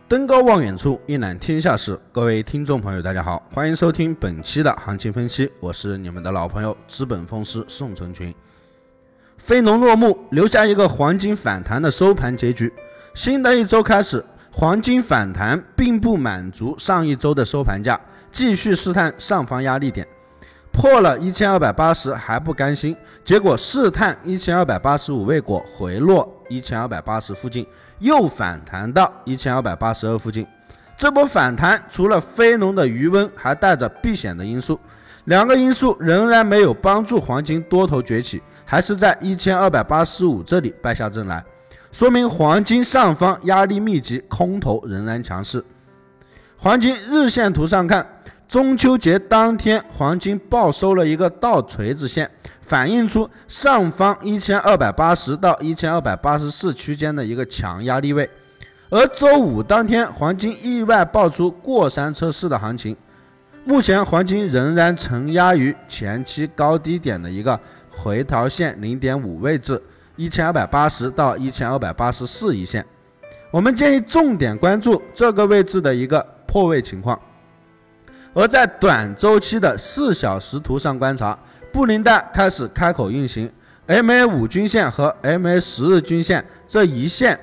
登高望远处，一览天下事。各位听众朋友，大家好，欢迎收听本期的行情分析，我是你们的老朋友资本风师宋成群。非农落幕，留下一个黄金反弹的收盘结局。新的一周开始，黄金反弹并不满足上一周的收盘价，继续试探上方压力点，破了1280还不甘心，结果试探1285未果，回落1280附近，又反弹到1282附近。这波反弹除了非农的余温，还带着避险的因素，两个因素仍然没有帮助黄金多头崛起，还是在1285这里败下阵来，说明黄金上方压力密集，空头仍然强势。黄金日线图上看，中秋节当天黄金报收了一个倒锤子线，反映出上方1280到1284区间的一个强压力位。而周五当天黄金意外爆出过山车式的行情，目前黄金仍然承压于前期高低点的一个回调线 0.5 位置，1280到1284一线。我们建议重点关注这个位置的一个破位情况。而在短周期的4小时图上观察，布林带开始开口运行， MA5 均线和 MA10 日均线这一线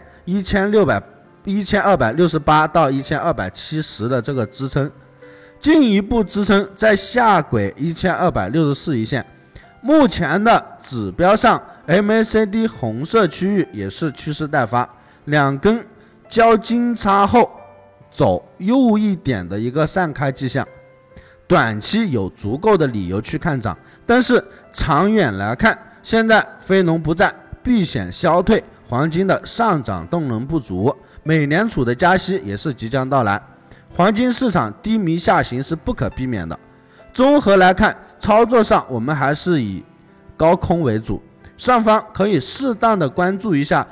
1268到1270的这个支撑，进一步支撑在下轨1264一线。目前的指标上 MACD 红色区域也是趋势待发，两根交金叉后走右一点的一个散开迹象，短期有足够的理由去看涨，但是长远来看，现在非农不在，避险消退，黄金的上涨动能不足，美联储的加息也是即将到来，黄金市场低迷下行是不可避免的。综合来看，操作上我们还是以高空为主，上方可以适当的关注一下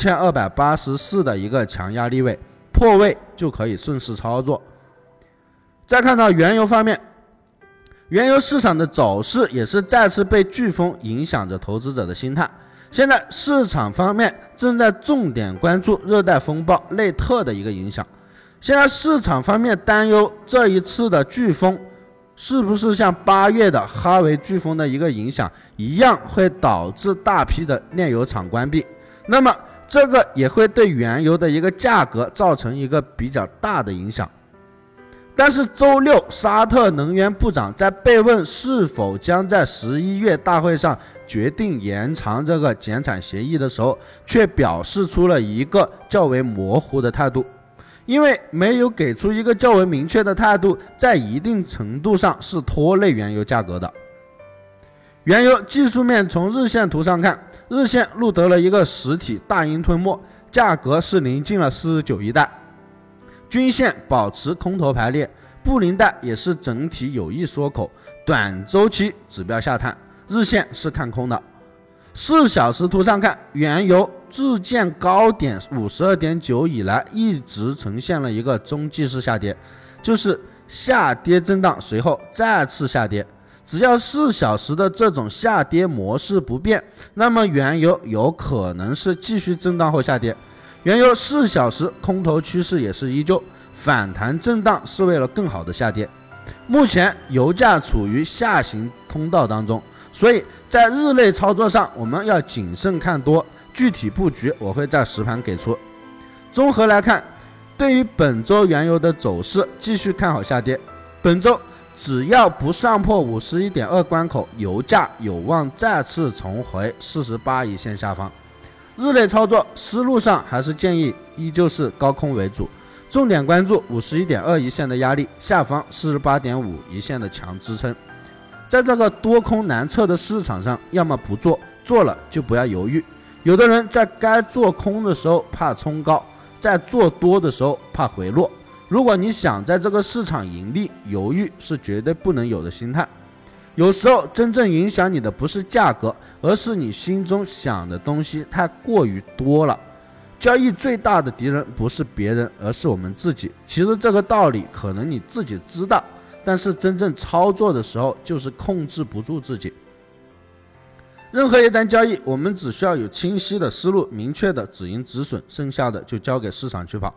1284的一个强压力位，破位就可以顺势操作。再看到原油方面，原油市场的走势也是再次被飓风影响着投资者的心态。现在市场方面正在重点关注热带风暴内特的一个影响。现在市场方面担忧这一次的飓风是不是像8月的哈维飓风的一个影响一样，会导致大批的炼油厂关闭，那么这个也会对原油的一个价格造成一个比较大的影响。但是周六沙特能源部长在被问是否将在11月大会上决定延长这个减产协议的时候，却表示出了一个较为模糊的态度，因为没有给出一个较为明确的态度，在一定程度上是拖累原油价格的。原油技术面从日线图上看，日线录得了一个实体大阴吞没，价格是临近了49一带，均线保持空头排列，布林带也是整体有意缩口，短周期指标下探，日线是看空的。4小时图上看，原油自见高点 52.9 以来一直呈现了一个中继式下跌，就是下跌震荡，随后再次下跌。只要4小时的这种下跌模式不变，那么原油有可能是继续震荡后下跌。原油4小时空头趋势也是依旧，反弹震荡是为了更好的下跌。目前油价处于下行通道当中，所以在日内操作上我们要谨慎看多，具体布局我会在实盘给出。综合来看，对于本周原油的走势继续看好下跌，本周只要不上破 51.2 关口，油价有望再次重回48一线下方。日内操作思路上还是建议依旧是高空为主，重点关注 51.2 一线的压力，下方 48.5 一线的强支撑。在这个多空难测的市场上，要么不做，做了就不要犹豫。有的人在该做空的时候怕冲高，在做多的时候怕回落。如果你想在这个市场盈利，犹豫是绝对不能有的心态。有时候真正影响你的不是价格，而是你心中想的东西太过于多了。交易最大的敌人不是别人，而是我们自己。其实这个道理可能你自己知道，但是真正操作的时候就是控制不住自己。任何一单交易，我们只需要有清晰的思路，明确的止盈止损，剩下的就交给市场去跑。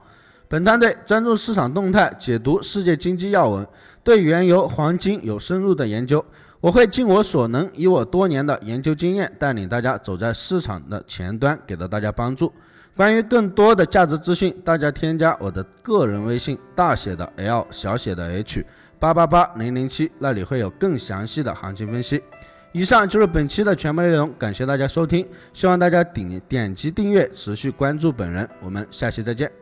本团队专注市场动态，解读世界经济要闻，对原油、黄金有深入的研究。我会尽我所能，以我多年的研究经验，带领大家走在市场的前端，给到大家帮助。关于更多的价值资讯，大家添加我的个人微信，大写的 L 小写的 H888007，那里会有更详细的行情分析。以上就是本期的全部内容，感谢大家收听，希望大家点击订阅，持续关注本人，我们下期再见。